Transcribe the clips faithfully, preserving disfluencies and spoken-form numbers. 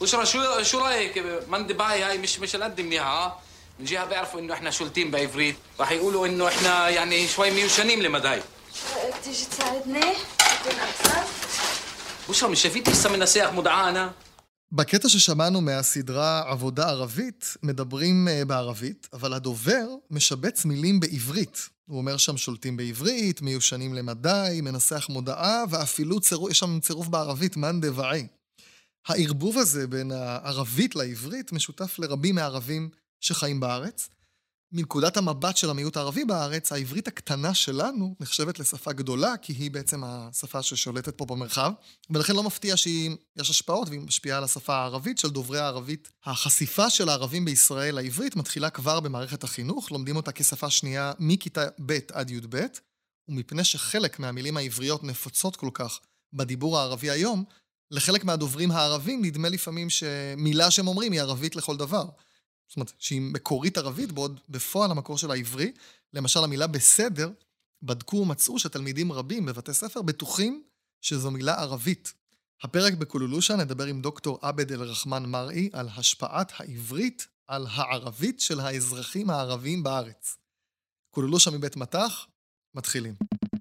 بشرى شو شو رايك مند باي هاي مش مش قد منيحه من جهه بيعرفوا انه احنا شلتين بعفريت راح يقولوا انه احنا يعني شوي ميوشنين لمداي. تيجي تساعدني تكون احسن. بشرى مش شايفين لسه من سياق מודעה انا. בקטע ששמענו מהסדרה עבודה ערבית, מדברים בערבית, אבל הדובר משבץ מילים בעברית. הוא אומר שם שולטים בעברית, מיושנים למדי, מנסח מודעה, ואפילו צירוף, יש שם צירוף בערבית, מן דבעי. הערבוב הזה בין הערבית לעברית משותף לרבים מהערבים שחיים בארץ. מנקודת המבט של המיעוט הערבי בארץ, העברית הקטנה שלנו נחשבת לשפה גדולה, כי היא בעצם השפה ששולטת פה במרחב, ולכן לא מפתיע שיש השפעות, והיא משפיעה על השפה הערבית של דוברי הערבית. החשיפה של הערבים בישראל לעברית מתחילה כבר במערכת החינוך, לומדים אותה כשפה שנייה מכיתה ב' עד י' ב', ומפני שחלק מהמילים העבריות נפוצות כל כך בדיבור הערבי היום, לחלק מהדוברים הערבים נדמה לפעמים שמילה שהם אומרים היא ערבית לכל דבר. זאת אומרת, שהיא מקורית ערבית, בעוד בפועל המקור של העברי, למשל המילה בסדר, בדקו ומצאו שתלמידים רבים בבתי ספר בטוחים שזו מילה ערבית. הפרק בקולולושה נדבר עם דוקטור עבד אל-רחמן מרעי על השפעת העברית על הערבית של האזרחים הערביים בארץ. קולולושה מבית מתח, מתחילים.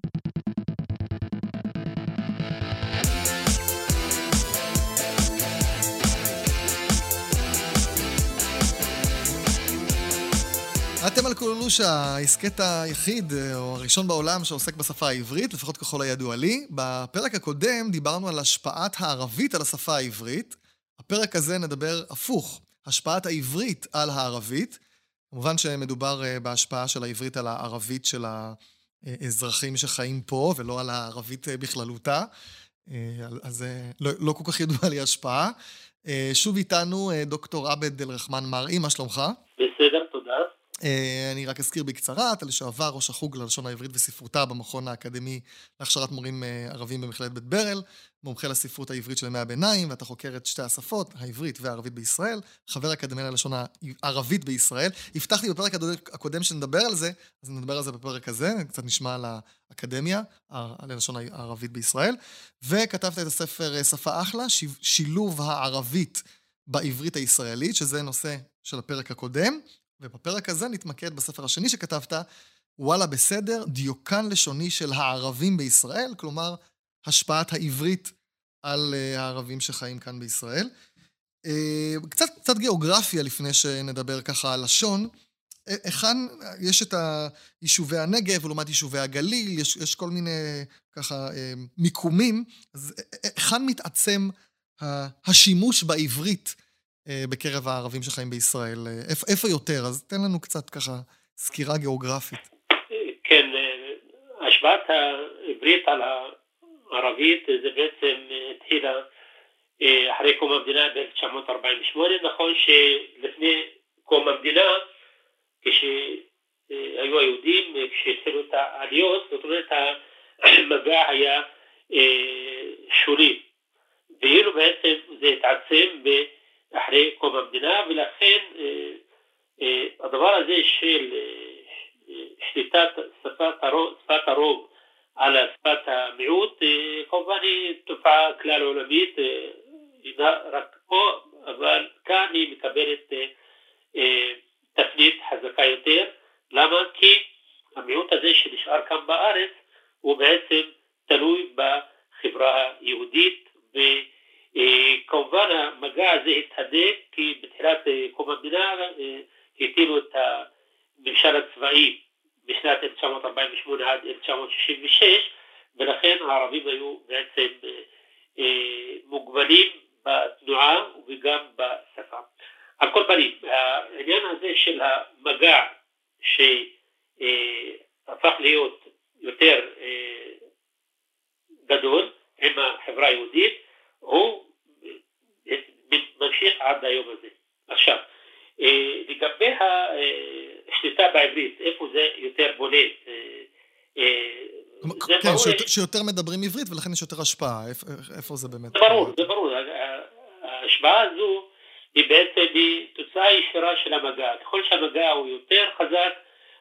אתם על קולולושה, העסקת היחיד או הראשון בעולם שעוסק בשפה העברית, לפחות ככל הידוע לי. בפרק הקודם דיברנו על השפעת הערבית על השפה העברית. הפרק הזה נדבר הפוך, השפעת העברית על הערבית. כמובן שמדובר בהשפעה של העברית על הערבית של האזרחים שחיים פה, ולא על הערבית בכללותה. אז לא, לא כל כך ידוע לי השפעה. שוב איתנו דוקטור עבד אל-רחמן מרעי, מה שלומך? בסדר, תודה. אני רק אזכיר בקצרה, אתה לשעבר ראש החוג ללשון העברית וספרותה במכון האקדמי להכשרת מורים ערבים במכללת בית ברל, מומחה לספרות העברית של ימי הביניים, ואתה חוקר את שתי השפות, העברית והערבית בישראל, חבר אקדמיה ללשון הערבית בישראל. הבטחתי בפרק הקודם שנדבר על זה, אז נדבר על זה בפרק הזה, קצת נשמע על האקדמיה, על הלשון הערבית בישראל, וכתבת את הספר שפה אחלה, שילוב הערבית בעברית הישראלית, שזה נושא של הפרק הקודם. ובפרק הזה נתמקד בספר השני שכתבת, וואלה בסדר, דיוקן לשוני של הערבים בישראל, כלומר, השפעת העברית על הערבים שחיים כאן בישראל. קצת, קצת גיאוגרפיה לפני שנדבר ככה על לשון. היכן יש את יישובי הנגב, ולעומת יישובי הגליל, יש, יש כל מיני ככה מיקומים, אז היכן מתעצם השימוש בעברית בקרב הערבים שחיים בישראל? איפה, איפה יותר? אז תן לנו קצת ככה סקירה גיאוגרפית. כן, השפעת העברית על הערבית זה בעצם התחילה אחרי קום המדינה ב-אלף תשע מאות ארבעים ושמונה. נכון שלפני קום המדינה, כשהיו היהודים, כשהתחילו את העליות, זאת אומרת המגע היה שולי, ואילו בעצם זה התעצם ב אחרי קום המדינה, ולכן אה, אה, הדבר הזה של אה, שליטת שפת הרוב, שפת הרוב על שפת המיעוט, אה, כמובן היא תופעה כלל עולמית, אה, היא רק פה, אבל כאן היא מקבלת אה, אה, תפנית חזקה יותר. למה? כי המיעוט הזה שנשאר כאן בארץ, הוא בעצם תלוי בחברה היהודית, ו כמובן המגע הזה התהדק כי בתחילת קום המדינה הטילו את הממשל הצבאי בשנת אלף תשע מאות ארבעים ושמונה עד אלף תשע מאות שישים ושש, ולכן הערבים היו בעצם מוגבלים בתנועה וגם בשפה. על כל פנים, העניין הזה של המגע שהפך להיות יותר גדול עם החברה היהודית, הוא ממשיך עד היום הזה. עכשיו, לגבי השליטה בעברית, איפה זה יותר בולט? כן, שיותר מדברים עברית ולכן יש יותר השפעה. איפה זה באמת? זה ברור, זה ברור. ההשפעה הזו היא בעצם תוצאה ישירה של המגע. ככל שהמגע הוא יותר חזק,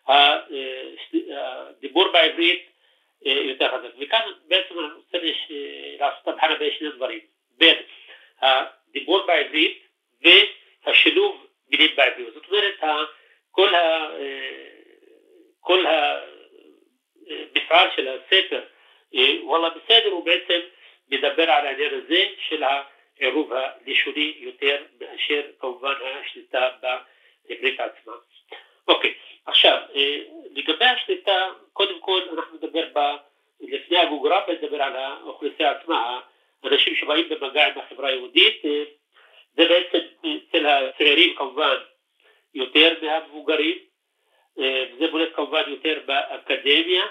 הדיבור בעברית יותר חזק. וכאן בעצם אני רוצה לעשות הבחנה בין שני דברים. בין הדיבור בעברית והשילוב מילים בעברית. זאת אומרת, כל ה... כל המפעל של הספר, וואלה בסדר, הוא בעצם מדבר על העניין הזה של העירוב הלשוני יותר מאשר כמובן השליטה בעברית עצמה. אוקיי, עכשיו, לגבי השליטה, קודם כל אנחנו נדבר ב... לפני הגיאוגרפיה, נדבר על האוכלוסייה עצמה, האנשים שבאים במגע עם החברה היהודית, זה בעצם אצל הצעירים כמובן יותר מהמבוגרים, וזה בולט כמובן יותר באקדמיה,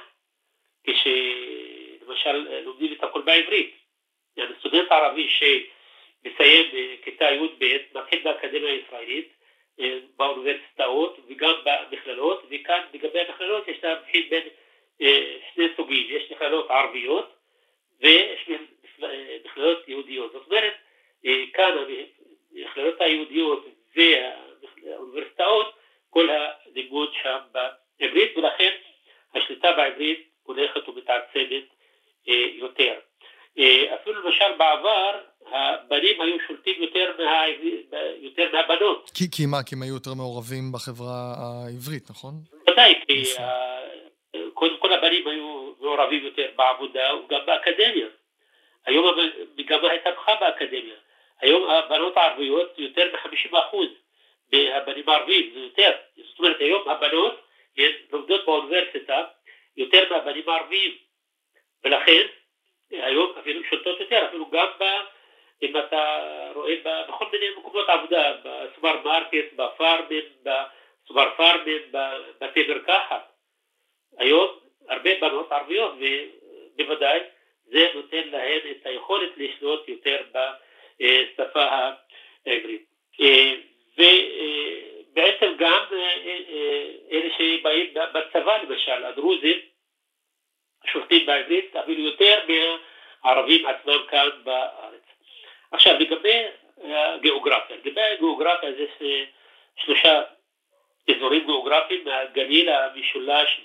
כשלמשל לומדים את הכל בעברית. يعني סטודנט ערבי שמסיים כיתה י"ב, מתחיל באקדמיה הישראלית, באוניברסיטאות וגם במכללות, וכאן לגבי המכללות יש להבחין בין שני סוגים, יש מכללות ערביות ויש מכללות יהודיות. זאת אומרת, כאן המכללות היהודיות והאוניברסיטאות, כל הלימוד שם בעברית, ולכן השליטה בעברית הולכת ומתעצמת יותר. אפילו למשל בעבר, הבנים היו שולטים יותר, מה, יותר מהבנות. כי, כי מה? כי הם היו יותר מעורבים בחברה העברית, נכון? ודאי, כי קודם כל הבנים היו מעורבים יותר בעבודה וגם באקדמיה. היום המגמה הייתה פחה באקדמיה. היום הבנות הערביות יותר מ-חמישים אחוז מהבנים הערבים, זה יותר. זאת אומרת, היום הבנות לומדות באוניברסיטה יותר מהבנים הערביים. ולכן, היום אפילו שולטות יותר, אפילו גם ב, אם אתה רואה בכל מיני מקומות עבודה, בסופר מרקט, בפארמים, בסופר פארמים, בבתי מרקחת. היום הרבה בנות ערביות, ובוודאי זה נותן להן את היכולת לשלוט יותר בשפה העברית. ובעצם גם אלה שבאים בצבא, למשל, הדרוזים, שולטים בעברית, אפילו יותר מהערבים עצמם כאן בארץ. עכשיו, לגבי הגיאוגרפיה, לגבי הגיאוגרפיה יש שלושה אזורים גיאוגרפיים, הגליל, המשולש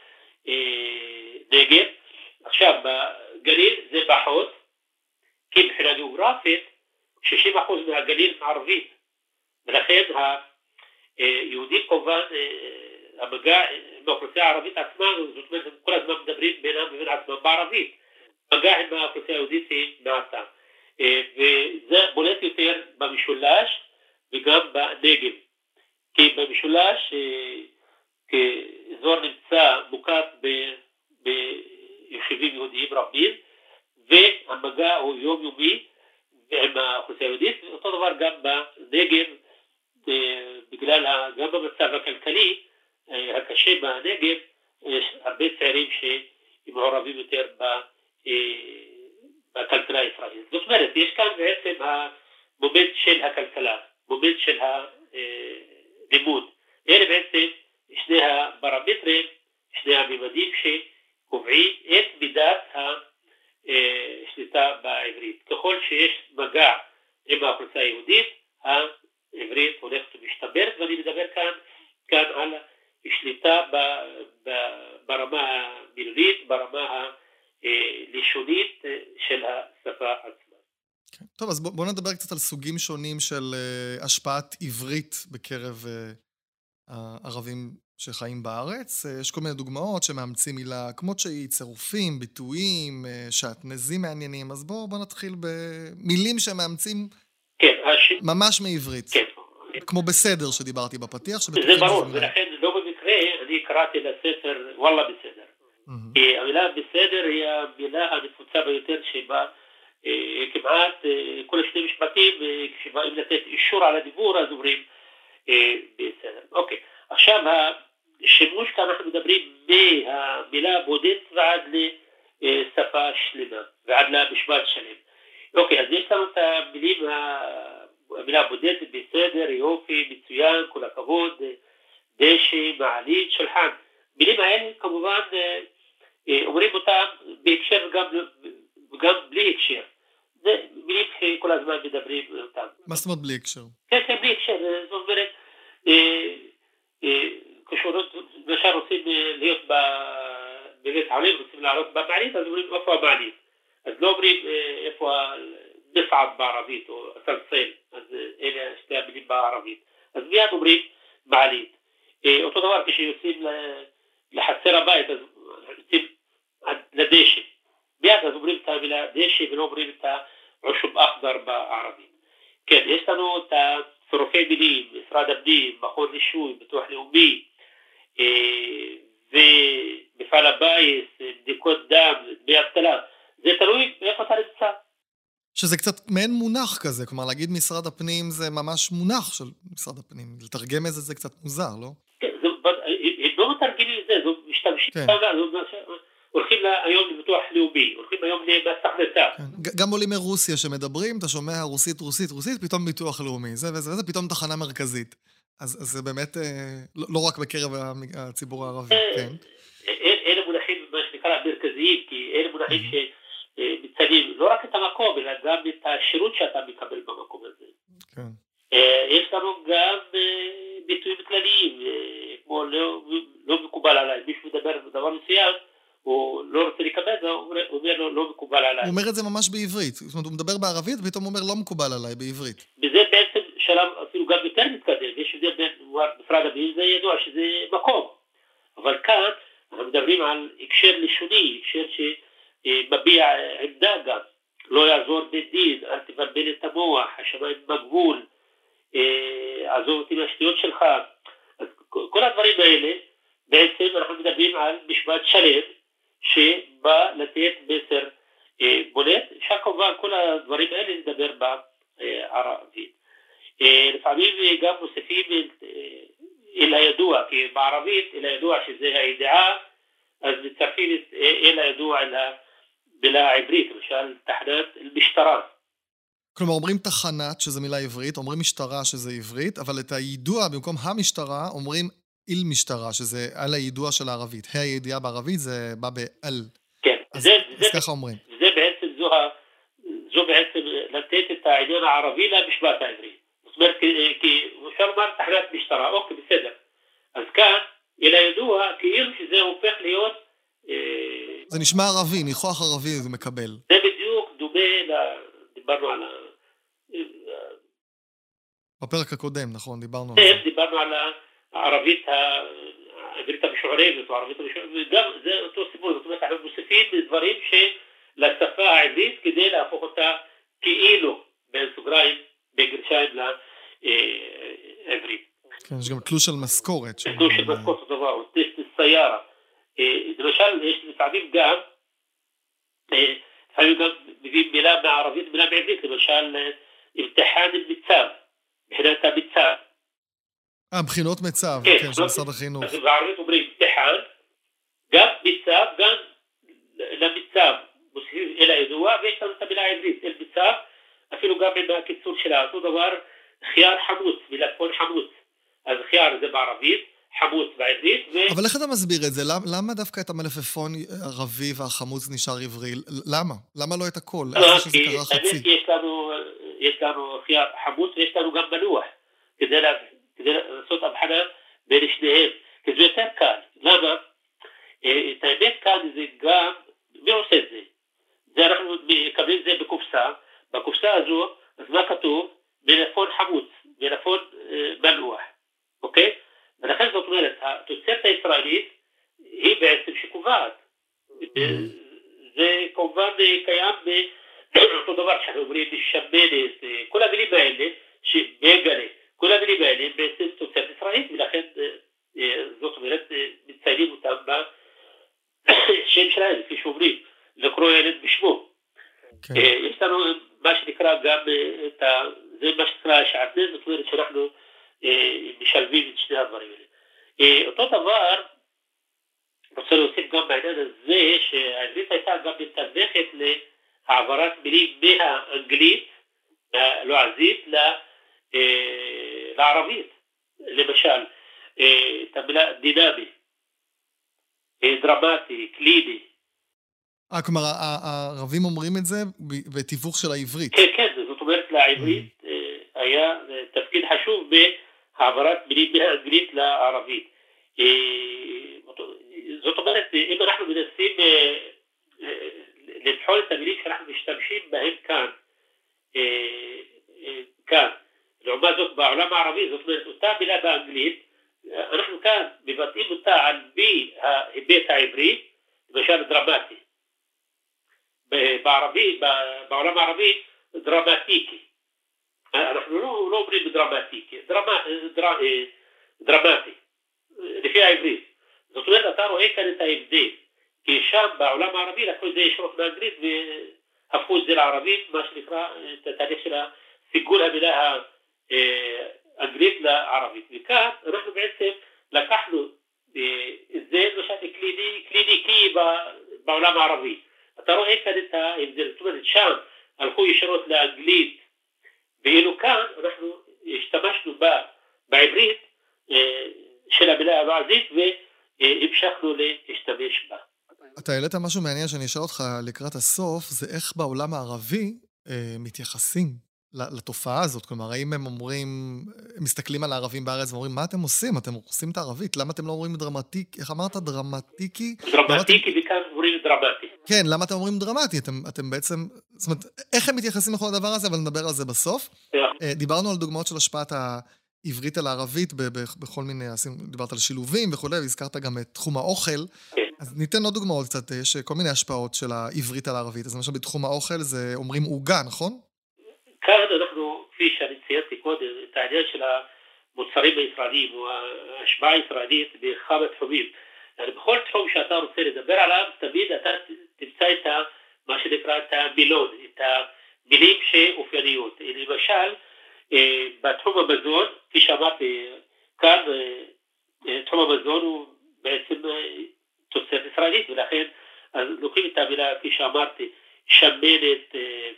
והנגב. עכשיו, בגליל זה פחות, כי מבחינה גיאוגרפית, שישים אחוז מהגליל ערבית, ולכן היהודים כמובן, המגע באוכלוסייה הערבית עצמה, זאת אומרת, כל הזמן מדברים בינם ובין עצמם בערבית. המגע עם האוכלוסייה היהודית היא מעטה. וזה בולט יותר במשולש וגם בנגב. כי במשולש, כאזור נמצא מוקף ביישובים יהודיים רבים, והמגע הוא יומיומי עם האוכלוסייה היהודית, ואותו דבר גם בנגב, בגלל גם במצב הכלכלי הקשה בנגב, יש הרבה צעירים שמעורבים יותר בכלכלה הישראלית. זאת אומרת, יש כאן בעצם המומנט של הכלכלה, מומנט של הלימוד. אלה בעצם שני הפרמטרים, שני הממדים שקובעים את מידת השליטה בעברית. ככל שיש מגע עם האוכלוסייה היהודית, העברית הולכת ומשתפרת, ואני מדבר כאן, כאן על שליטה ברמה המילולית, ברמה הלשונית של השפה עצמה. Okay. טוב, אז בואו בוא נדבר קצת על סוגים שונים של uh, השפעת עברית בקרב uh, הערבים שחיים בארץ. Uh, יש כל מיני דוגמאות שמאמצים מילה כמות שהיא, צירופים, ביטויים, uh, שעטנזים מעניינים, אז בואו בוא נתחיל במילים שמאמצים כן, הש... ממש מעברית. כן. כמו בסדר שדיברתי בפתיח. זה ברור, ולכן לא במקרה אני קראתי לספר וואלה בסדר. Mm-hmm. כי המילה בסדר היא המילה הנפוצה ביותר שבה אה, כמעט אה, כל שני משפטים, אה, כשבאים לתת אישור על הדיבור, אז אומרים אה, בסדר. אוקיי, עכשיו השימוש כאן אנחנו מדברים מהמילה בודדת ועד לשפה שלמה, ועד למשפט שלם. אוקיי, אז יש לנו את המילים המילה בודדת בסדר, יופי, מצוין, כל הכבוד, דשא, מעלית, שולחן. מילים האלה כמובן אומרים אותם בהקשר וגם, וגם בלי הקשר. זה מילים שכל הזמן מדברים אותם. מה זאת אומרת בלי הקשר? כן, כן, בלי הקשר. זאת אומרת, כשלמשל רוצים להיות בבית העולים, רוצים לעלות במעלית, אז אומרים איפה המעלית. אז לא אומרים איפה מסעד בערבית, או אסנסל, אז אלה שתי המילים בערבית. אז מיד אומרים מעלית. אותו דבר כשיוצאים לחצר הבית, אז יוצאים לדשא. מיד אז אומרים את המילה דשא ולא אומרים את העושב אחדר בערבית. כן, יש לנו את צירופי מילים, משרד הפנים, מכון רישוי, ביטוח לאומי, ומפעל הפיס, בדיקות דם, דמי אבטלה. זה תלוי איפה אתה נמצא. שזה קצת מעין מונח כזה, כלומר להגיד משרד הפנים זה ממש מונח של משרד הפנים, לתרגם את זה זה קצת מוזר, לא? כן, הם לא מתרגמים את זה, זו משתמשים כמה, הולכים היום לביטוח לאומי, הולכים היום למס הכנסה. גם עולים מרוסיה שמדברים, אתה שומע רוסית, רוסית, רוסית, פתאום ביטוח לאומי, זה וזה וזה, פתאום תחנה מרכזית. אז זה באמת לא רק בקרב הציבור הערבי, כן? אלה מונחים, מה שנקרא, מרכזיים, כי אלה מונחים שמציינים לא רק את המקום, אלא גם את השירות שאתה מקבל במקום הזה. כן. יש לנו גם ביטויים כלליים, כמו לא מקובל עליי, מישהו מדבר בדבר מסוים, הוא לא רוצה לקבל, הוא אומר לו לא מקובל עליי. הוא אומר את זה ממש בעברית, זאת אומרת הוא מדבר בערבית, ופתאום הוא אומר לא מקובל עליי בעברית. וזה בעצם שלב אפילו גם יותר מתקדם, יש הבדל בין משרד הפנים, זה ידוע שזה מקום. אבל כאן אנחנו מדברים על הקשר לשוני, הקשר שמביע עמדה גם, לא יעזור בדין, אל תבלבל את המוח, השמיים בגבול, עזוב אותי מהשטויות שלך. אז כל הדברים האלה, בעצם אנחנו מדברים על משפט שלם, שבא לתת מסר בולט, אפשר כמובן כל הדברים האלה לדבר בערבית. לפעמים גם מוסיפים אל הידוע, כי בערבית אל הידוע שזה הידיעה, אז מצרפים אל הידוע אל המילה העברית, למשל תחנת המשטרה. כלומר אומרים תחנת שזה מילה עברית, אומרים משטרה שזה עברית, אבל את הידוע במקום המשטרה אומרים איל משטרה, שזה על הידוע של הערבית. הידיעה בערבית זה בא בעל. כן. אז, זה, אז זה, ככה אומרים. זה בעצם, זו, זו בעצם לתת את העניין הערבי למשפט העברי. זאת אומרת, כי, כי אפשר לומר תחנת משטרה, אוקיי, בסדר. אז כאן, אל הידוע, כאילו שזה הופך להיות... זה נשמע ערבי, ניחוח ערבי זה מקבל. זה בדיוק דומה, דיברנו על ה... בפרק הקודם, נכון, דיברנו על זה. דיברנו על הערבית, העברית המשוערבת, או הערבית המשוערבת, וגם זה אותו סיפור, זאת אומרת, אנחנו מוסיפים דברים לשפה העברית, כדי להפוך אותה כאילו, בין סוגריים, בגרשיים לעברית. כן, יש גם תלוש של משכורת. תלוש של משכורת, אותו דבר, או טסט סיירה. למשל, יש לפעמים גם, לפעמים גם מביאים מילה מהערבית, מילה בעברית, למשל, אמתחן מצב, מבחינת המצב. אה, בחינות מצב, כן, של משרד החינוך. אז בערבית אומרים אמתחן, גם מצב, גם למצב, מוסיפים אל הידוע, ויש לנו את המילה העברית, אל מצב, אפילו גם עם הקיצור שלה, אותו דבר, חייר חמוץ, מלפון חמוץ. אז חייר זה בערבית, חמוץ בעברית, ו... אבל איך אתה מסביר את זה? למה דווקא את המלפפון ערבי והחמוץ נשאר עברי? למה? למה לא את הכל? איך שזה קרה חצי? יש לנו, יש לנו חייר חמוץ ויש לנו גם מנוח, כדי לעשות הבחנה בין שניהם, כי זה יותר קל. למה? את האמת כאן זה גם, מי עושה את זה? זה אנחנו מקבלים את זה בקופסה, בקופסה הזו, אז מה כתוב? מלפון חמוץ, מלפון מנוח, אוקיי? ולכן זאת אומרת, התוצרת הישראלית היא בעצם שקובעת. זה כמובן קיים באותו דבר שאנחנו אומרים משמנת, כל המילים האלה, שבגלה, כל המילים האלה הם בעצם תוצרת ישראלית, ולכן זאת אומרת, מציינים אותם בשם שלהם, כפי שאומרים, לקרוא ילד בשמו. יש לנו מה שנקרא גם, זה מה שנקרא שעטנז, זאת אומרת שאנחנו משלבים את שני הדברים האלה. אותו דבר, רוצה להוסיף גם בעניין הזה, שהעברית הייתה גם מתווכת להעברת מילים מהאנגלית, הלועזית, לערבית. למשל, את המילה דינמי, דרמטי, קליני. אה, כלומר, הערבים אומרים את זה בתיווך של העברית. כן, כן, זאת אומרת, לעברית היה תפקיד חשוב בהעברת מילים מהאנגלית לערבית. זאת אומרת, אם אנחנו מנסים לבחון את המילים שאנחנו משתמשים בהם כאן, כאן. לעומת זאת בעולם הערבי, זאת אומרת, אותה מילה באנגלית, אנחנו כאן מבטאים אותה על פי ההיבט העברי, למשל דרמטי. בערבי, בעולם הערבי, דרמטיקי. אנחנו לא, לא אומרים דרמטיקי, דרמה, דר, דרמטי, לפי העברית. זאת אומרת, אתה רואה כאן את ההבדל, כי שם בעולם הערבי לקחו את זה ישרות באנגלית והפכו את זה לערבית, מה שנקרא, את התהליך של סיגול המילה האנגלית לערבית. וכאן אנחנו בעצם לקחנו את זה למשל קליני, קליניקי בעולם הערבי. אתה רואה כאן את ההבדל, זאת אומרת, שם הלכו ישרות לאנגלית, ואילו כאן אנחנו השתמשנו בה, בעברית של המילה הלועזית והמשכנו להשתמש בה. אתה העלית משהו מעניין שאני אשאל אותך לקראת הסוף, זה איך בעולם הערבי אה, מתייחסים לתופעה הזאת. כלומר, האם הם אומרים, הם מסתכלים על הערבים בארץ ואומרים, מה אתם עושים? אתם עושים את הערבית, למה אתם לא אומרים דרמטיק? איך אמרת? דרמטיקי? דרמטיקי אתם... וכאן אומרים דרמטי. כן, למה אתם אומרים דרמטי? אתם, אתם בעצם, זאת אומרת, איך הם מתייחסים לכל הדבר הזה, אבל נדבר על זה בסוף. אה, דיברנו על דוגמאות של השפעת העברית על הערבית ב- ב- בכל מיני, דיברת על שילובים וכו', והזכרת גם את תחום האוכל. כן. אז ניתן עוד דוגמאות קצת, יש כל מיני השפעות של העברית על הערבית. אז למשל בתחום האוכל זה אומרים עוגה, נכון? כאן אנחנו, כפי שאני ציינתי קודם, את העניין של המוצרים הישראלים או ההשפעה הישראלית בכמה תחומים. يعني בכל תחום שאתה רוצה לדבר עליו, תמיד אתה תמצא את מה שנקרא את המילון, את המילים שאופייניות. למשל, בתחום המזון, כפי שאמרתי כאן, תחום המזון הוא בעצם תוצרת ישראלית, ולכן לוקחים את המילה, כפי שאמרתי, שמנת,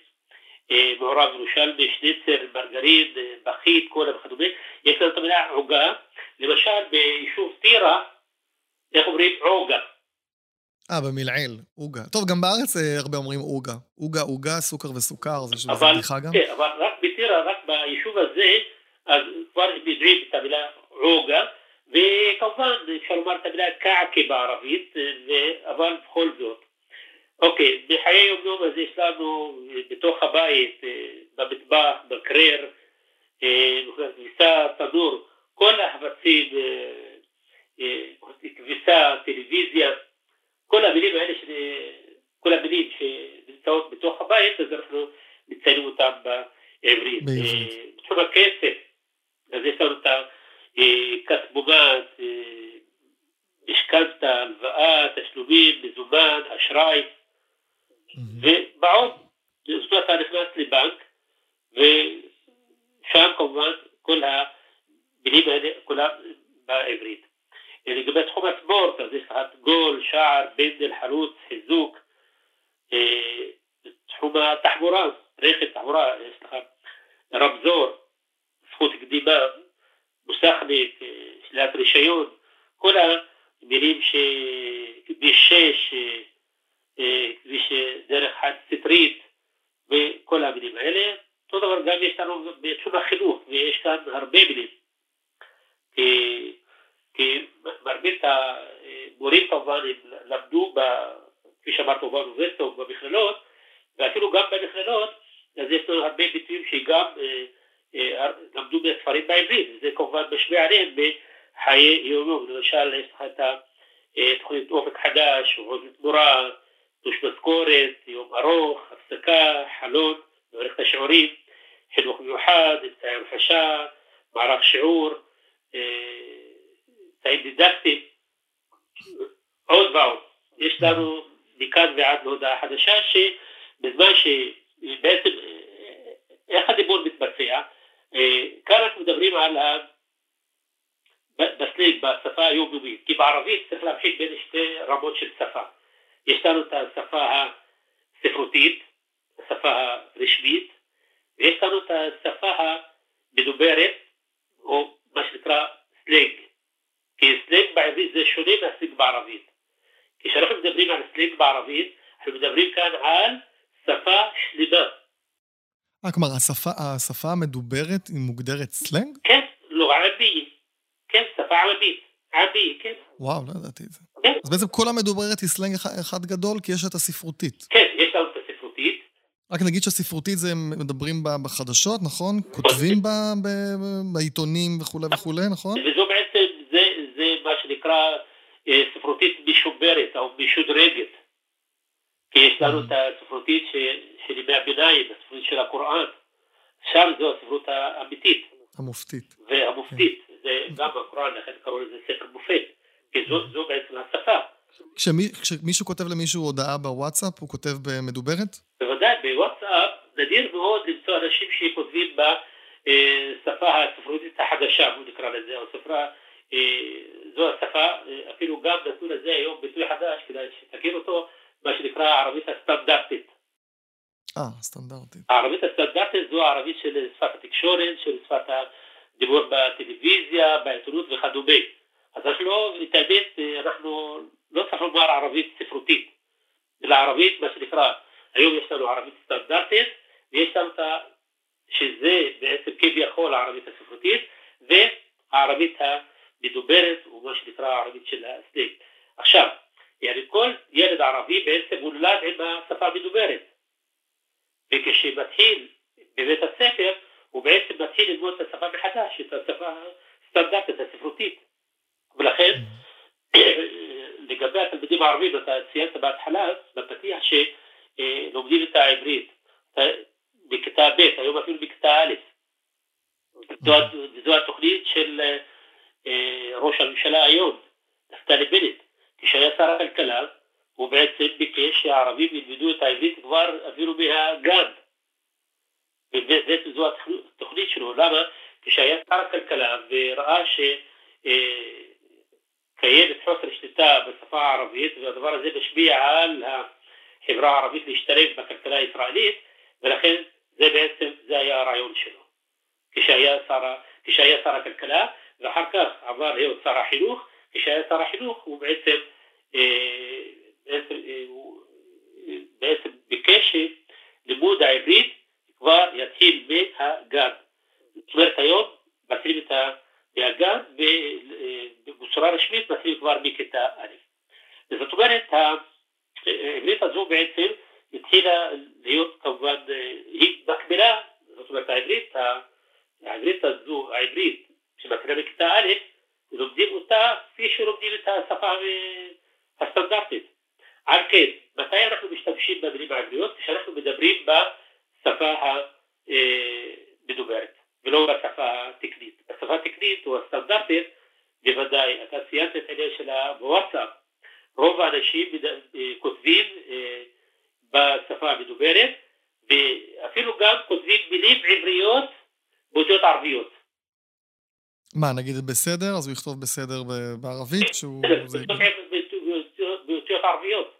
מעורב ירושלמי, שניצר, מרגרין, בחית, קולה וכדומה. יש לנו את המילה עוגה, למשל ביישוב טירה, איך אומרים עוגה? אה, במלעיל, עוגה. טוב, גם בארץ הרבה אומרים עוגה. עוגה, עוגה, סוכר וסוכר, זה שזה בדיחה גם. כן, אבל רק בטירה, רק ביישוב הזה, אז כבר יודעים את המילה עוגה, וכמובן אפשר לומר את המילה קעקה בערבית, אבל בכל זאת. אוקיי, בחיי יום יום אז יש לנו בתוך הבית, במטבח, בקרר, כביסה, תנור, כל החפצים, כביסה, טלוויזיה, כל המילים האלה, כל המילים שנמצאות בתוך הבית, אז אנחנו מציינים אותם בעברית. בתחום הכסף, אז יש לנו את הכספומט, משכנתא, הלוואה, תשלומים, מזומן, אשראי, ובעוד, זאת אומרת, אתה נכנס לבנק, ושם כמובן כל המילים האלה, כולם בעברית. לגבי תחום הספורט, אז יש לך גול, שער, בנדל, חלוץ, חיזוק, תחום התחבורה, רכב תחבורה, יש לך רמזור, זכות קדימה, מוסכניק, שלילת רישיון, כל המילים שכביש שש, כביש דרך חד סטרית, וכל המילים האלה. אותו דבר גם יש לנו בתחום החינוך, ויש כאן הרבה מילים. כי, כי מרבית המורים כמובן למדו, כפי שאמרת, באוניברסיטה ובמכללות, ואפילו גם במכללות, אז יש לנו הרבה ביטויים שגם למדו בספרים בעברית, וזה כמובן משפיע עליהם בחיי יום-יום. למשל, יש לך את תוכנית אופק חדש, עוז תמורה, תלוש משכורת, יום ארוך, הפסקה, חלון, מערכת השיעורים, חינוך מיוחד, אמצעי המחשה, מערך שיעור, אמצעים דידקטיים, עוד ועוד. יש לנו מכאן ועד להודעה חדשה, שבזמן שבעצם איך הדיבור מתבצע, כאן אנחנו מדברים על בסליג, בשפה היומיומית, כי בערבית צריך להבחין בין שתי רמות של שפה. יש לנו את השפה הספרותית, השפה הרשמית, ויש לנו את השפה המדוברת, או מה שנקרא סלנג. כי סלנג בעברית זה שונה מהסלנג בערבית. כשאנחנו מדברים על סלנג בערבית, אנחנו מדברים כאן על שפה שלמה. אה, כלומר, השפה, השפה המדוברת היא מוגדרת סלנג? כן, לא ערבי. כן, שפה ערבית. ערבי, כן. וואו, לא ידעתי את זה. כן. אז בעצם כל המדוברת היא סלנג אחד גדול, כי יש את הספרותית. כן, יש לנו את הספרותית. רק נגיד שספרותית זה מדברים בחדשות, נכון? כותבים בעיתונים וכו' וכו', נכון? וזו בעצם, זה, זה מה שנקרא ספרותית משוברת או משודרגת. כי יש לנו את הספרותית של ימי הביניים, הספרותית של הקוראן. שם זו הספרות האמיתית. המופתית. והמופתית. זה גם הקוראן, לכן קראו לזה ספר מופת. כי זו, זו בעצם השפה. כשמי, כשמישהו כותב למישהו הודעה בוואטסאפ, הוא כותב במדוברת? בוודאי, בוואטסאפ נדיר מאוד למצוא אנשים שכותבים בשפה הספרותית החדשה, בוא נקרא לזה, או ספרה, זו השפה, אפילו גם נתנו לזה היום ביטוי חדש, כדאי שתכיר אותו, מה שנקרא הערבית הסטנדרטית. אה, סטנדרטית. הערבית הסטנדרטית זו הערבית של שפת התקשורת, של שפת הדיבור בטלוויזיה, בעיתונות וכדומה. אז אנחנו לא, את האמת, אנחנו לא צריך לומר ערבית ספרותית, אלא ערבית, מה שנקרא, היום יש לנו ערבית סטנדרטית, ויש לנו את שזה בעצם כביכול הערבית הספרותית, והערבית המדוברת, או מה שנקרא הערבית של הסלנג. עכשיו, يعني כל ילד ערבי בעצם מולד עם השפה המדוברת. וכשמתחיל בבית הספר, הוא בעצם מתחיל ללמוד את השפה מחדש, את השפה הסטנדרטית, הספרותית. ולכן, לגבי התלמידים הערבים, אתה ציינת בהתחלה, בפתיח שלומדים את העברית, בכיתה ב', היום אפילו בכיתה א'. וזו התוכנית של ראש הממשלה היום, נפתלי בנט. כשהיה שר הכלכלה, הוא בעצם ביקש שהערבים ילמדו את העברית כבר אפילו מהגן. וזו התוכנית שלו. למה? כשהיה שר הכלכלה וראה שקיימת חוסר שליטה בשפה הערבית, והדבר הזה משפיע על החברה הערבית להשתלב בכלכלה הישראלית, ולכן זה בעצם, זה היה הרעיון שלו. כשהיה שר, כשהיה שר הכלכלה, ואחר כך עבר להיות שר החינוך, כשהיה שר החינוך הוא בעצם, אה, בעצם, אה, הוא, בעצם ביקש לימוד העברית כבר יתחיל מהגן. זאת אומרת היום מתחילים את מהגן ובצורה רשמית מתחילים כבר מכיתה א'. זאת אומרת העברית הזו בעצם התחילה להיות כמובן, היא מקבילה, זאת אומרת העברית, העברית הזו, העברית שמתחילה מכיתה א', לומדים אותה כפי שלומדים את השפה הסטנדרטית. על כן, מתי אנחנו משתמשים במילים העבריות? כשאנחנו מדברים בשפה המדוברת, ולא בשפה התקנית. השפה התקנית או הסטנדרטית, בוודאי, אתה ציינת את העניין שלה בוואטסאפ. רוב האנשים כותבים בשפה המדוברת, ואפילו גם כותבים מילים עבריות באותיות ערביות. מה, נגיד בסדר? אז הוא יכתוב בסדר בערבית כשהוא... באותיות ערביות.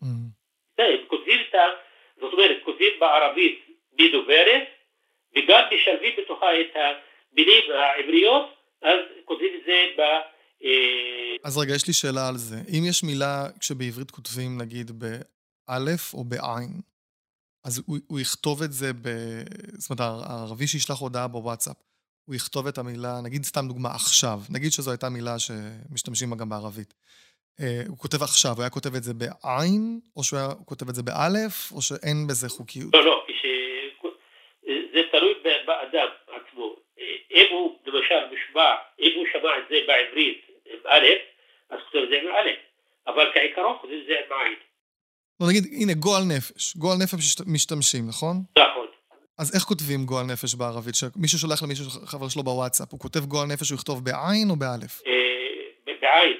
כותבים את ה... זאת אומרת, כותבים בערבית מדוברת, וגם משלבים בתוכה את המילים העבריות, אז כותבים את זה ב... אז רגע, יש לי שאלה על זה. אם יש מילה כשבעברית כותבים, נגיד, באלף או בעין, אז הוא, הוא יכתוב את זה ב... זאת אומרת, הערבי שישלח הודעה בוואטסאפ, הוא יכתוב את המילה, נגיד סתם דוגמה, עכשיו. נגיד שזו הייתה מילה שמשתמשים בה גם בערבית. הוא כותב עכשיו, הוא היה כותב את זה בעין, או שהוא היה כותב את זה באלף, או שאין בזה חוקיות? לא, לא, כש... זה תלוי באדם עצמו. אם הוא, למשל, משמע, אם הוא שמע את זה בעברית עם א', אז כותב את זה עם א', אבל כעיקרון כותב את זה עם עין. לא, נגיד, הנה, גועל נפש. גועל נפש משתמשים, נכון? נכון. אז איך כותבים גועל נפש בערבית? שמישהו שולח למישהו חבר שלו בוואטסאפ, הוא כותב גועל נפש, הוא יכתוב בעין או באלף? בעין.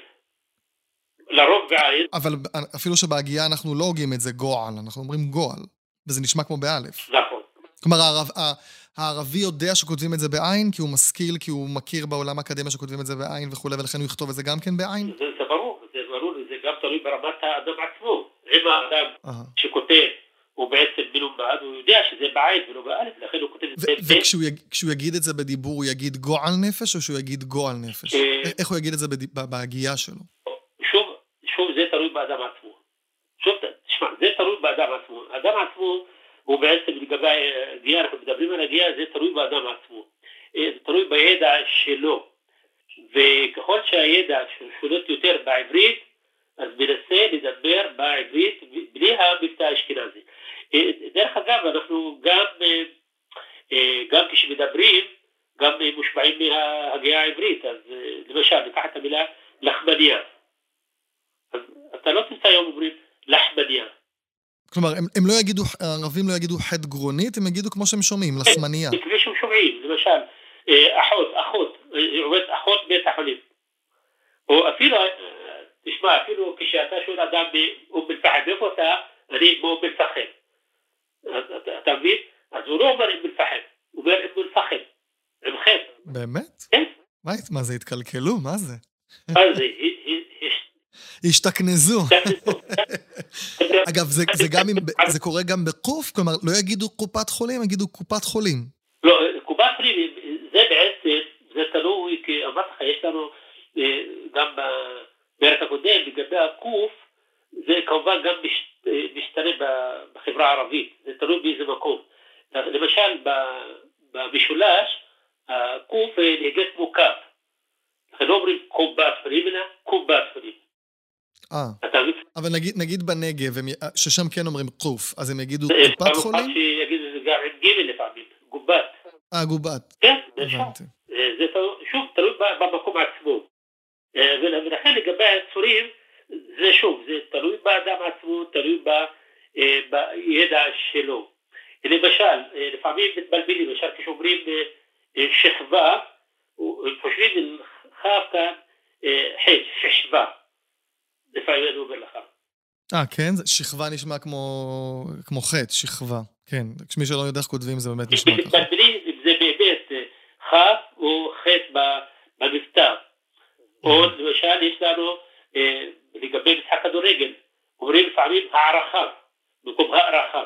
לרוב בעין. אבל אפילו שבהגיעה אנחנו לא הוגים את זה גועל, אנחנו אומרים גועל, וזה נשמע כמו באלף. נכון. כלומר, הערבי יודע שכותבים את זה בעין, כי הוא משכיל, כי הוא מכיר בעולם האקדמיה שכותבים את זה בעין וכו', ולכן הוא יכתוב את זה גם כן בעין? זה, זה ברור, זה ברור, זה גם תלוי ברמת האדם עצמו. אם האדם שכותב, הוא בעצם מלומד, הוא יודע שזה בעין ולא באלף, לכן הוא כותב את זה... וכשהוא יגיד את זה בדיבור, הוא יגיד גועל נפש, או שהוא יגיד גועל נפש? איך הוא יגיד את זה בהגיעה שלו? שוב, שוב, זה תלוי באדם עצמו. שוב, תשמע, זה תלוי באדם עצמו. האדם עצמו, הוא בעצם לגבי הגיעה, אנחנו מדברים על הגיעה, זה תלוי באדם עצמו. זה תלוי בידע שלו. וככל שהידע שולט יותר בעברית, אז מנסה לדבר בעברית בלי המבטא האשכנזי. דרך אגב, אנחנו גם, גם כשמדברים, גם מושפעים מההגייה העברית. אז למשל, ניקח את המילה לחמניה. אז אתה לא תמצא היום אומרים לחמניה. כלומר, הם, הם לא יגידו, הערבים לא יגידו חד גרונית, הם יגידו כמו שהם שומעים, לחמניה. כפי שהם שומעים, למשל, אחות, אחות, עובדת אחות בית החולים. או אפילו, תשמע, אפילו כשאתה שואל אדם מאום אל-פחם, איפה אתה? אני מאום אל-פחם. אתה מבין? אז הוא לא אומר אום אל-פחם, הוא אומר אום אל-פחם, עם חם. באמת? כן. מה זה, התקלקלו? מה זה? מה זה? השתכנזו. אגב, זה קורה גם בקוף? כלומר, לא יגידו קופת חולים, יגידו קופת חולים. לא, קופת חולים, זה בעצם, זה תלוי, כי אמרת לך, יש לנו גם בפרק הקודם, לגבי הקוף, זה כמובן גם משתנה בחברה הערבית, זה תלוי באיזה מקום. למשל, במשולש, הקוף נהגת כמו קאפ. לכן לא אומרים קופת חולים, אלא קופת חולים. אה, אבל נגיד, נגיד בנגב, ששם כן אומרים קוף, אז הם יגידו קופת חולים? זה שיגידו זה גם עם גימל לפעמים, גובת. אה, גובת. כן, זה שם. זה שוב, תלוי במקום עצמו. ולכן לגבי הצורים, זה שוב, זה תלוי באדם עצמו, תלוי בידע שלו. למשל, לפעמים מתבלבלים, למשל כשאומרים שכבה, הם חושבים חף כאן חש, שכבה. לפעמים אני אומר לך. אה, כן? שכבה נשמע כמו, כמו חטא, שכבה. כן, כשמי שלא יודע איך כותבים זה באמת נשמע ככה. מתבלבלים אם זה באמת חף או חטא במבטא. או למשל יש לנו לגבי משחק כדורגל, אומרים לפעמים הערכה, במקום הערכה.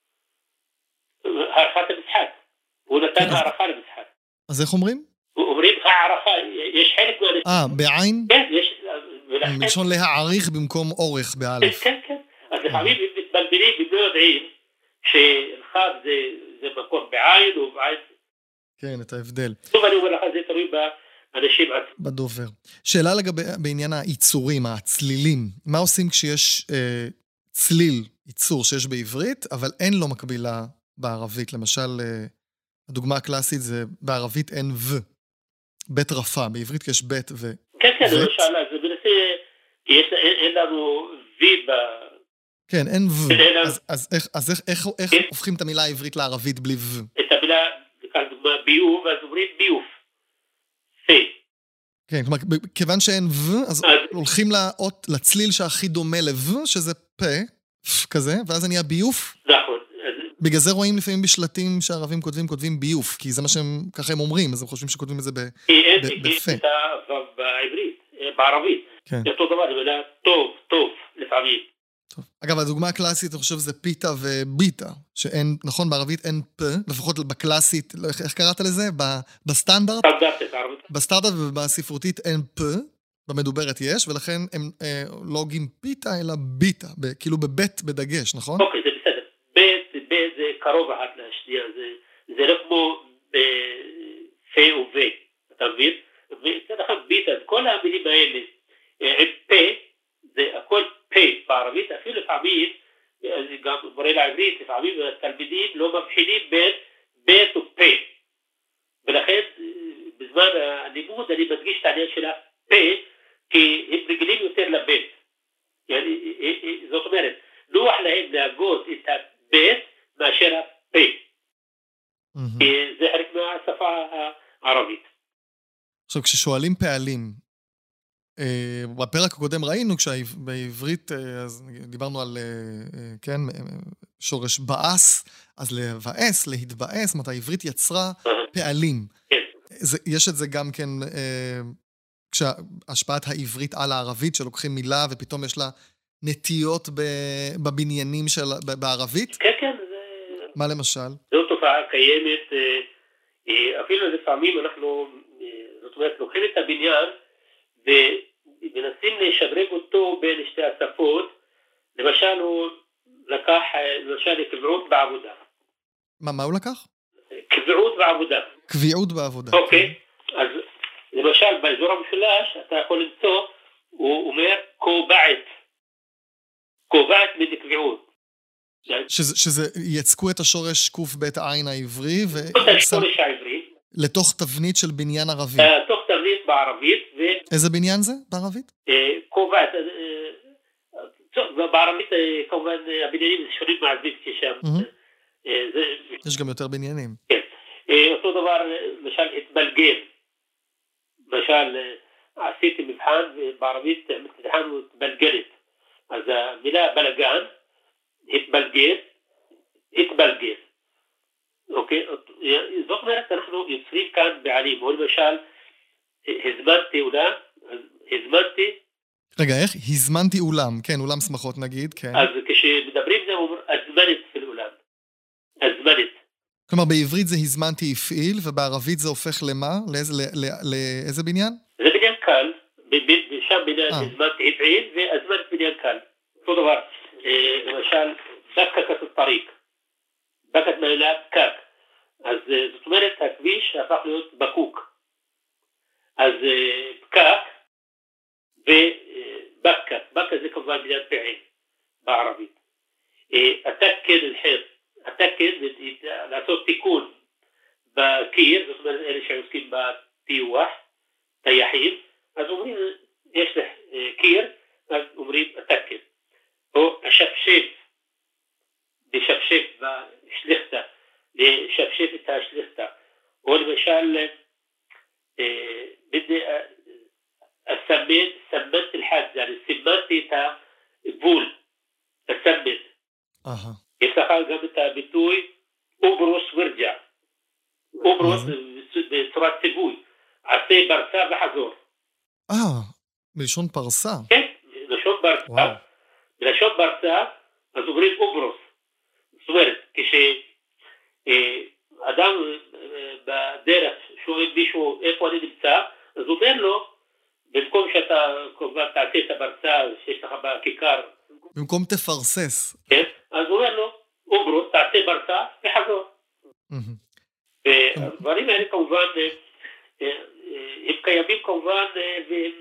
הערכת המשחק. הוא נתן הערכה למשחק. אז איך אומרים? אומרים הערכה, יש חלק מהאנשים. אה, בעין? כן, יש. מלשון להעריך במקום אורך באלף. כן, כן. אז לפעמים הם מתבלבלים, הם לא יודעים שלחב זה מקום בעין או בעין. כן, את ההבדל. טוב, אני אומר לך, זה תלוי באנשים עצמם. בדובר. שאלה לגבי, בעניין הייצורים, הצלילים. מה עושים כשיש אה, צליל, ייצור שיש בעברית, אבל אין לו מקבילה בערבית? למשל, אה, הדוגמה הקלאסית זה בערבית אין ו. בית רפה, בעברית יש בית ו... כן, כן, למשל, זה בנושא, כי אין לנו וי ב... כן, אין ו. אז איך הופכים את המילה העברית לערבית בלי ו? את המילה, לכך דוגמה, ביוב, אז אומרים ביוף. פי. כן, כלומר, כיוון שאין ו, אז הולכים לצליל שהכי דומה לו, שזה פה, כזה, ואז נהיה ביוף. נכון. בגלל זה רואים לפעמים בשלטים שהערבים כותבים, כותבים ביוף, כי זה מה שהם, ככה הם אומרים, אז הם חושבים שכותבים את זה בפה. כי אין את בעברית, בערבית. זה אותו דבר, זה מילה טוב, טוב, לפעמים. טוב. אגב, הדוגמה הקלאסית, אני חושב, זה פיתה וביטה, שאין, נכון, בערבית אין פה, לפחות בקלאסית, איך קראת לזה? בסטנדרט? בסטנדרט ובספרותית אין פה, במדוברת יש, ולכן הם לא הוגים פיתה, אלא ביטה, כאילו בבית בדגש, נכון? אוקיי, זה בסדר. בית, בית זה קרוב אחת לשנייה, זה לא כמו פה ופה, אתה מבין? ומצד אחד ביטה, כל המילים האלה, עם פה, זה הכל פה בערבית, אפילו לפעמים, גם מורה לעברית, לפעמים התלמידים לא מבחינים בין בית ופה. ולכן, בזמן הלימוד אני מדגיש את העניין של הפה, כי הם רגילים יותר לבית. זאת אומרת, נוח להם להגות את הבית מאשר הפה. זה חלק מהשפה הערבית. עכשיו, כששואלים פעלים, בפרק הקודם ראינו, כשבעברית, אז דיברנו על, כן, שורש באס, אז לבאס, להתבאס, זאת העברית יצרה פעלים. יש את זה גם כן, כשהשפעת העברית על הערבית, שלוקחים מילה ופתאום יש לה נטיות בבניינים בערבית? כן, כן. מה למשל? זו תופעה קיימת, אפילו לפעמים אנחנו, זאת אומרת, לוקחים את הבניין, ומנסים לשדרג אותו בין שתי השפות. למשל הוא לקח, למשל, קביעות בעבודה. מה, מה הוא לקח? קביעות בעבודה. קביעות בעבודה. אוקיי. אז למשל באזור המשולש אתה יכול למצוא, הוא אומר קובעת. קובעת מן קביעות. שזה, שזה יצקו את השורש קוף בית העין העברי, השורש העברי. לתוך תבנית של בניין ערבי. לתוך תבנית בערבית. ו... איזה בניין זה בערבית? קובעת. בערבית כמובן הבניינים שונים מערבית ששם. יש גם יותר בניינים. כן. אותו דבר, למשל, התבלגן. למשל, עשיתי מבחן בערבית, מבחן הוא התבלגנת. אז המילה בלגן, התבלגן, התבלגן. אוקיי? זאת אומרת, אנחנו יוצרים כאן בעלים. או למשל, הזמנתי אולם, הזמנתי... רגע, איך? הזמנתי אולם, כן, אולם שמחות נגיד, כן. אז כשמדברים זה, הוא אומר, הזמנת של אולם. הזמנת. כלומר, בעברית זה הזמנתי הפעיל, ובערבית זה הופך למה? לאיזה בניין? זה בניין קל, שם בניין הזמנתי הפעיל, והזמנת בניין קל. אותו דבר, למשל, דקקת הטריק, דקקת מילה פקק. אז זאת אומרת, הכביש הפך להיות בקוק. אז פקק ובקק, בקק זה כמובן בניין פעיל בערבית. התקן אל-חיר, התקן זה לעשות תיקון בקיר, זאת אומרת, אלה שעוסקים בטיוח, טייחים, אז אומרים, יש לך קיר, אז אומרים התקן. או השפשף, לשפשף בשליחתה, לשפשף את השליחתה. או למשל, بدي أسمن سمنت الحد يعني سمنتي تا بول أسمن أها يفتخر قبل تا بتوي أبرص ورجع أبرص بصورة سبوي عصي برسا بحزور آه بلشون برسا إيه بلشون برسا بلشون برسا أزورين أبرص صورت كشي أدم בדרך שואל מישהו איפה אני נמצא, אז הוא אומר לו, במקום שאתה כמובן תעשה את הברצה שיש לך בכיכר. במקום תפרסס. כן, אז הוא אומר לו, אוברוס, תעשה ברצה וחזור. והדברים האלה כמובן, הם קיימים כמובן, והם,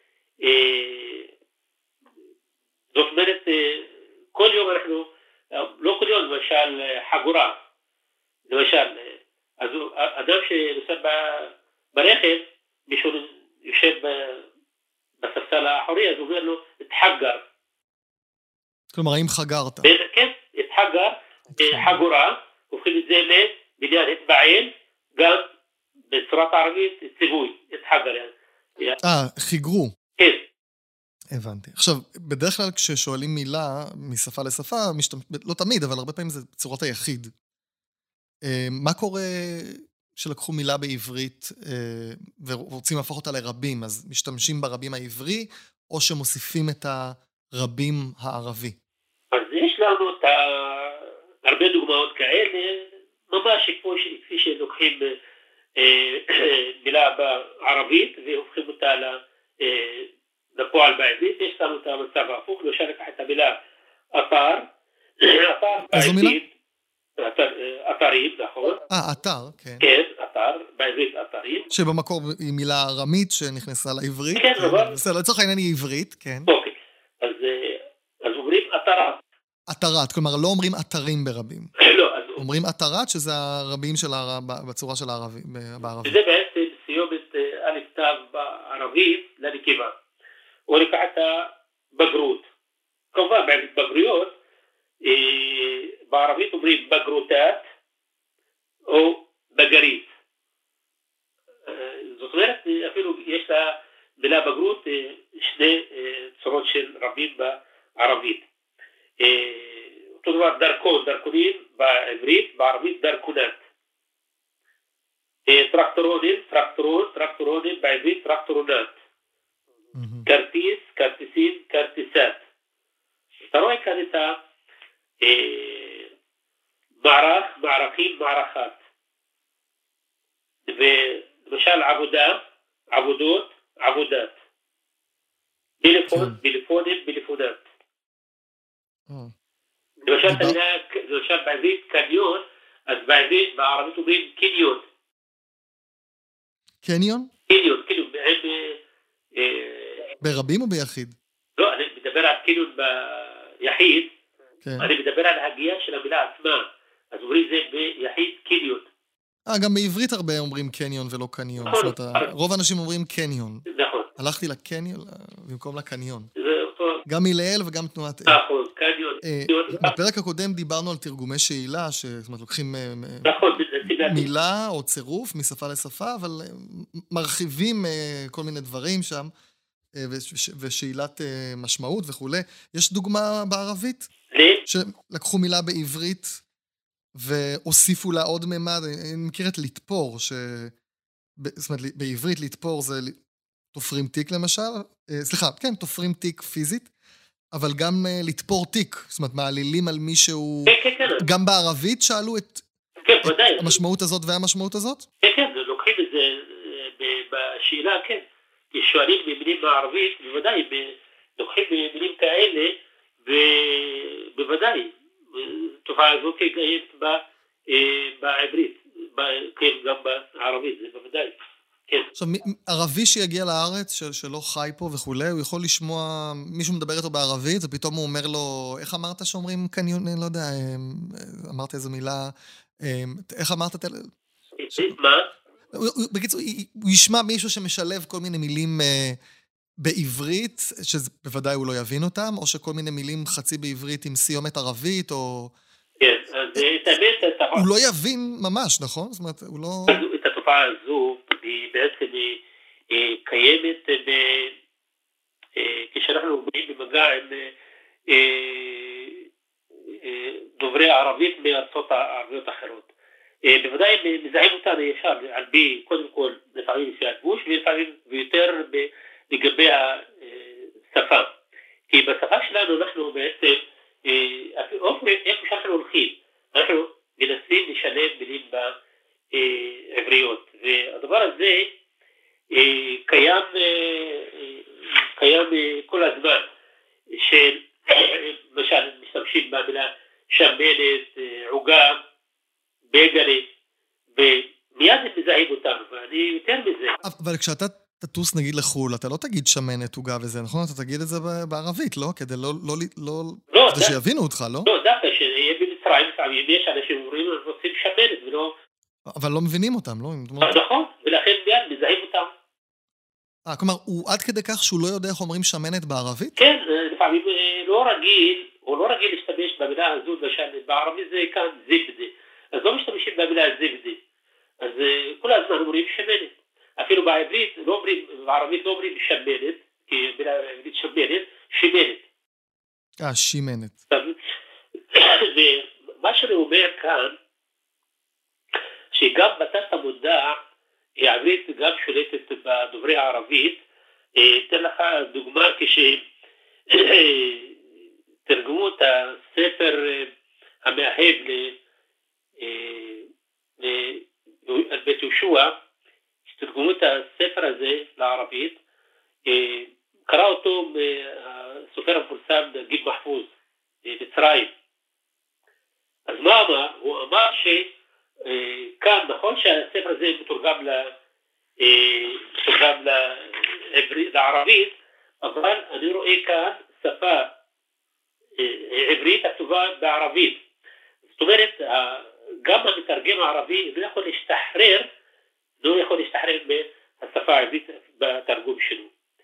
זאת אומרת, כל יום אנחנו, לא כל יום, למשל חגורה, למשל, אז אדם שנוסע ברכב, מישהו יושב בספסל האחורי, אז הוא אומר לו, התחגר. כלומר, האם חגרת? כן, התחגר, חגורה, הופכים את זה לבניין התבעל, גם בצורת הערבית, ציווי, התחגר. אה, חיגרו. כן. הבנתי. עכשיו, בדרך כלל כששואלים מילה משפה לשפה, לא תמיד, אבל הרבה פעמים זה בצורת היחיד. מה קורה שלקחו מילה בעברית ורוצים להפוך אותה לרבים, אז משתמשים ברבים העברי, או שמוסיפים את הרבים הערבי? אז יש לנו את הרבה דוגמאות כאלה, ממש כפי שלוקחים מילה בערבית והופכים אותה לפועל בעברית, יש לנו את המצב ההפוך, למשל לקח את המילה אתר, אתר בעברית, אתרים, נכון? אה, אתר, כן. כן, אתר, בעברית אתרים. שבמקור היא מילה ארמית שנכנסה לעברית. כן, אבל... בסדר, לצורך העניין היא עברית, כן. אוקיי, אז אומרים אתרת. אתרת, כלומר לא אומרים אתרים ברבים. לא, אז... אומרים אתרת, שזה הרבים בצורה של הערבים, בערבית. וזה בעצם סיומת א' תו בערבית לנקבה. הוא לקח את הבגרות. כמובן, בעברית בגרויות, בערבית אומרים בגרותת או בגרית. זאת אומרת, אפילו יש לה מילה בגרות שני צורות של רבים בערבית. אותו דבר דרכון, דרכונים בעברית, בערבית דרכונת. טרקטורונים, טרקטורון, טרקטורונים בעברית טרקטורונט. כרטיס, כרטיסים, כרטיסת. אתה רואה כאן את ה... מערך, מערכים, מערכת. ולמשל עבודה, עבודות, עבודת. טלפון, טלפונים, טלפונת. למשל, למשל בעברית קניון, אז בעברית, בערבית אומרים קניון. קניון? קניון, קניון. ברבים או ביחיד? לא, אני מדבר על קניון ביחיד, כן. אני מדבר על ההגייה של המילה עצמה. אז אומרים זה ביחיד קניון. אה, גם בעברית הרבה אומרים קניון ולא קניון. נכון. זאת אומרת, רוב האנשים אומרים קניון. נכון. הלכתי לקניון במקום לקניון. זה אותו... גם מלעיל וגם תנועת אל. נכון, קניון. אה, בפרק הקודם דיברנו על תרגומי שאלה, זאת אומרת, לוקחים אה, נכון, מילה או צירוף משפה לשפה, אבל אה, מרחיבים אה, כל מיני דברים שם, אה, וש, ושאלת אה, משמעות וכולי. יש דוגמה בערבית? שלקחו מילה בעברית והוסיפו לה עוד ממד. אני מכיר את לתפור, ש... זאת אומרת, בעברית לתפור זה תופרים תיק למשל, סליחה, כן, תופרים תיק פיזית, אבל גם לתפור תיק, זאת אומרת, מעלילים על מישהו, כן, כן, כן. גם בערבית שאלו את, כן, את ודאי. המשמעות הזאת והמשמעות הזאת? כן, כן, לוקחים את זה בשאלה, כן. כי שואלים במילים בערבית, בוודאי, לוקחים במילים כאלה, ובוודאי, התופעה הזאת קיימת בעברית, כן, גם בערבית, זה בוודאי. כן. עכשיו, ערבי שיגיע לארץ, של, שלא חי פה וכולי, הוא יכול לשמוע, מישהו מדבר איתו בערבית, ופתאום הוא אומר לו, איך אמרת שאומרים קניון, לא יודע, אמרת איזו מילה, איך אמרת? מה? בקיצור, הוא ישמע מישהו שמשלב כל מיני מילים בעברית, שבוודאי הוא לא יבין אותם, או שכל מיני מילים חצי בעברית עם סיומת ערבית, או... כן, אז את האמת... הוא לא יבין ממש, נכון? זאת אומרת, הוא לא... את התופעה הזו, היא בעצם קיימת כשאנחנו באים במגע עם דוברי ערבית מארצות ערביות אחרות. בוודאי מזהים אותנו ישר, על בי, קודם כל, לפעמים לפי הלבוש, ולפעמים ויותר לגבי השפה. כי בשפה שלנו אנחנו בעצם, איפה שאנחנו הולכים, אנחנו מנסים לשלב מילים בעבריות, והדבר הזה קיים, קיים כל הזמן, של, למשל, משתמשים במילה שמנת, עוגה, בגלה, ומיד הם מזהים אותנו, ואני יותר מזה. אבל כשאתה תטוס נגיד לחול, אתה לא תגיד שמנת, עוגה וזה, נכון? אתה תגיד את זה בערבית, לא? כדי לא, לא, לא, לא, כדי שיבינו אותך, לא? לא, דווקא שיהיה במצרים, לפעמים יש אנשים אומרים, אנחנו רוצים שמנת, ולא... אבל לא מבינים אותם, לא? נכון, ולכן מיד מזהים אותם. אה, כלומר, הוא עד כדי כך שהוא לא יודע איך אומרים שמנת בערבית? כן, לפעמים לא רגיל, או לא רגיל להשתמש במילה הזו, למשל, בערבית זה כאן זיבדי. אז לא משתמשים במילה זיבדי. אז כל הזמן אומרים שמנת. אפילו בעברית, לא אומרים, בערבית לא אומרים שמנת, כי מילה בעברית שמנת, שמנת. אה, שימנת. ומה שאני אומר כאן, שגם בתת המודע, העברית גם שולטת בדוברי הערבית. אתן לך דוגמה, כשתרגמו את הספר המאהב על בית יהושע, כשתרגמו את הספר הזה לערבית, קרא אותו הסופר המפורסם גיל מחפוז, מצרים. אז מה אמר? הוא אמר ש... כאן, נכון שהספר הזה מתורגם לערבית, אבל אני רואה כאן שפה עברית הכתובה בערבית. זאת אומרת, גם המתרגם הערבי לא יכול להשתחרר, לא יכול להשתחרר מהשפה העברית בתרגום שלו.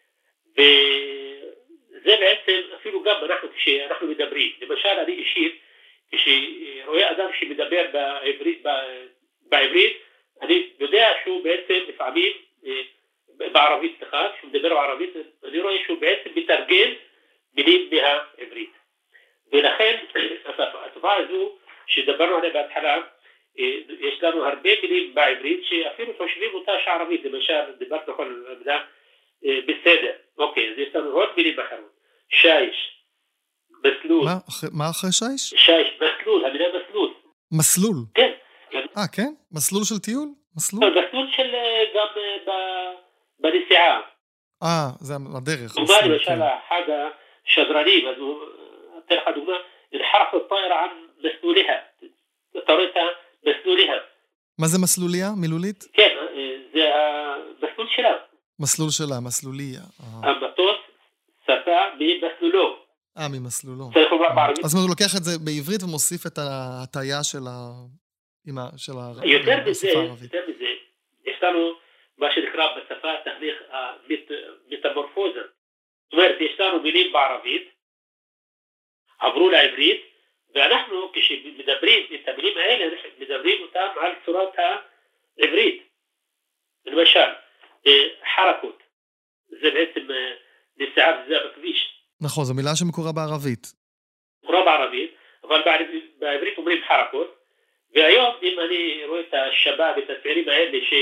וזה בעצם, אפילו גם אנחנו, כשאנחנו מדברים, למשל אני אישית, כשרואה אדם שמדבר בעברית, בעברית, אני יודע שהוא בעצם לפעמים, בערבית, סליחה, כשהוא מדבר בערבית, אני רואה שהוא בעצם מתרגם מילים מהעברית. ולכן, התופעה הזו, שדברנו עליה בהתחלה, יש לנו הרבה מילים בעברית, שאפילו חושבים אותה שערבית, למשל, דיברת נכון על המילה, בסדר. אוקיי, אז יש לנו עוד מילים אחרות. שיש. מסלול. מה אחרי שיש? שיש, מסלול, המילה מסלול. מסלול? כן. אה, כן? מסלול של טיול? מסלול? מסלול של גם בנסיעה. אה, זה הדרך. דוגמה למשל, אחד השדרנים, אז הוא, אתן לך דוגמה, انحرف الطائرة عن مسلولها. אתה רואה את מסלוליה. מה זה מסלוליה? מילולית? כן, זה המסלול שלה. מסלול שלה, מסלוליה. המטוס סטה במסלולו. אה, ממסלולו. צריך לומר בערבית. אז הוא לוקח את זה בעברית ומוסיף את ההטיה של ה... יותר מזה, יותר מזה, יש לנו מה שנקרא בשפה תהליך המטמורפוזה. זאת אומרת, יש לנו מילים בערבית, עברו לעברית, ואנחנו כשמדברים את המילים האלה, מדברים אותם על צורת העברית. למשל, חרקות, זה בעצם נסיעה וזה בכביש. נכון, זו מילה שמקורה בערבית. מקורה בערבית, אבל בעברית אומרים חרקות, והיום אם אני רואה את השבאב, את הצעירים האלה ש...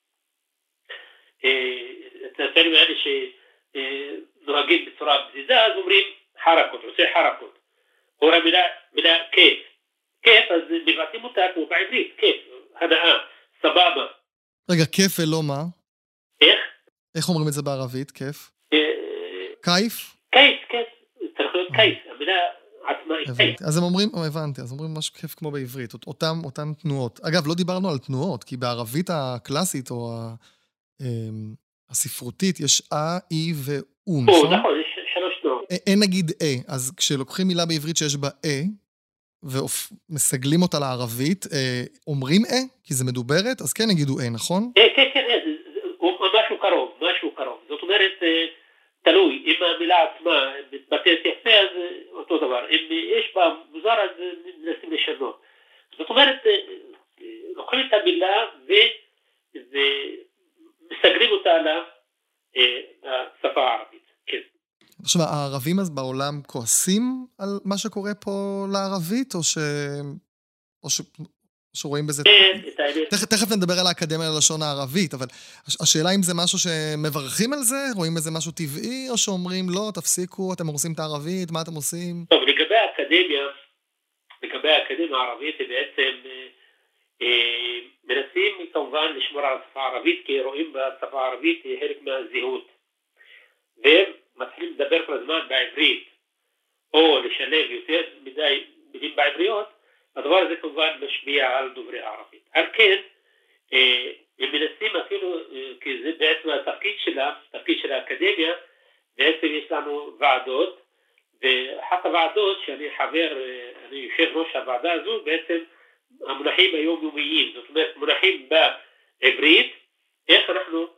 את הצעירים האלה שנוהגים בצורה בזיזה, אז אומרים חרקות, עושה חרקות. או המילה, מילה כיף. כיף, אז מבטאים אותה כמו בעברית, כיף, הנאה, סבבה. רגע, כיף ולא מה? איך? איך אומרים את זה בערבית, כיף? כיף? כיף, כיף. צריך להיות כיף. המילה עצמה היא כיף. אז הם אומרים, הבנתי, אז אומרים משהו כיף כמו בעברית, אותם, אותם תנועות. אגב, לא דיברנו על תנועות, כי בערבית הקלאסית או הספרותית יש אה, אי ואו, נכון? נכון, יש שלוש תנועות. אין נגיד אה, אז כשלוקחים מילה בעברית שיש בה אה, ומסגלים אותה לערבית, אומרים אה, כי זה מדוברת, אז כן יגידו אה, נכון? כן, כן, כן, משהו קרוב, משהו קרוב. זאת אומרת, תלוי, אם המילה עצמה מתבטאת יפה, אז אותו דבר. אם יש בה מוזר, אז מנסים לשנות. זאת אומרת, לוקחים את המילה ומסגלים אותה לשפה הערבית. כן. עכשיו, הערבים אז בעולם כועסים על מה שקורה פה לערבית, או ש... או ש... שרואים בזה... תכף נדבר על האקדמיה ללשון הערבית, אבל השאלה אם זה משהו שמברכים על זה, רואים בזה משהו טבעי, או שאומרים לא, תפסיקו, אתם הורסים את הערבית, מה אתם עושים? טוב, לגבי האקדמיה, לגבי האקדמיה הערבית, בעצם מנסים כמובן לשמור על השפה הערבית, כי רואים בשפה הערבית חלק מהזהות. והם מתחילים לדבר כל הזמן בעברית, או לשלב יותר מדי מילים בעבריות, הדבר הזה כמובן משפיע על דוברי הערבית. על כן, הם מנסים אפילו, כי זה בעצם התפקיד שלה, התפקיד של האקדמיה, בעצם יש לנו ועדות, ואחת הוועדות שאני חבר, אני יושב ראש הוועדה הזו, בעצם המונחים היומיומיים, זאת אומרת מונחים בעברית, איך אנחנו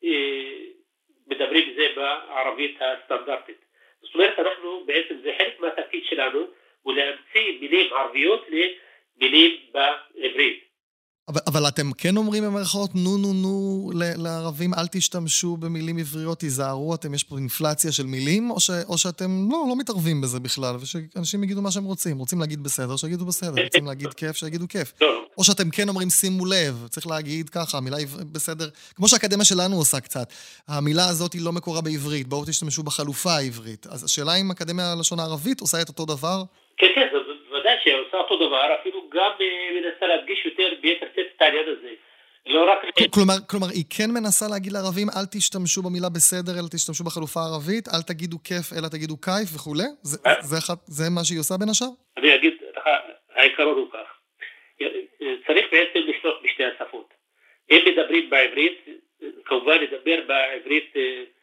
מדברים זה בערבית הסטנדרטית. זאת אומרת, אנחנו בעצם, זה חלק מהתפקיד שלנו, ולהמציא מילים ערביות למילים בעברית. אבל, אבל אתם כן אומרים במרכאות, נו נו נו לערבים, אל תשתמשו במילים עבריות, תיזהרו, אתם יש פה אינפלציה של מילים, או, ש, או שאתם לא, לא מתערבים בזה בכלל, ושאנשים יגידו מה שהם רוצים, רוצים להגיד בסדר, שיגידו בסדר, רוצים להגיד כיף, שיגידו כיף. לא. או שאתם כן אומרים, שימו לב, צריך להגיד ככה, המילה בסדר, כמו שהאקדמיה שלנו עושה קצת, המילה הזאת היא לא מקורה בעברית, בואו תשתמשו בחלופה העברית. אז השאלה אם האקדמיה ללשון הערבית עושה את אותו דבר? כן, כן, זה ודאי שהיא עושה אותו דבר, אפילו גם מנסה להדגיש יותר ביתר שאת את העניין הזה. לא רק... כלומר, כלומר, היא כן מנסה להגיד לערבים, אל תשתמשו במילה בסדר, אלא תשתמשו בחלופה הערבית, אל תגידו כיף, אלא תגידו כיף וכו'. זה, זה, זה מה שהיא עושה בין השאר? אני אגיד לך, העיקרון הוא כך. צריך בעצם לשלוט בשתי השפות. אם מדברים בעברית, כמובן לדבר בעברית,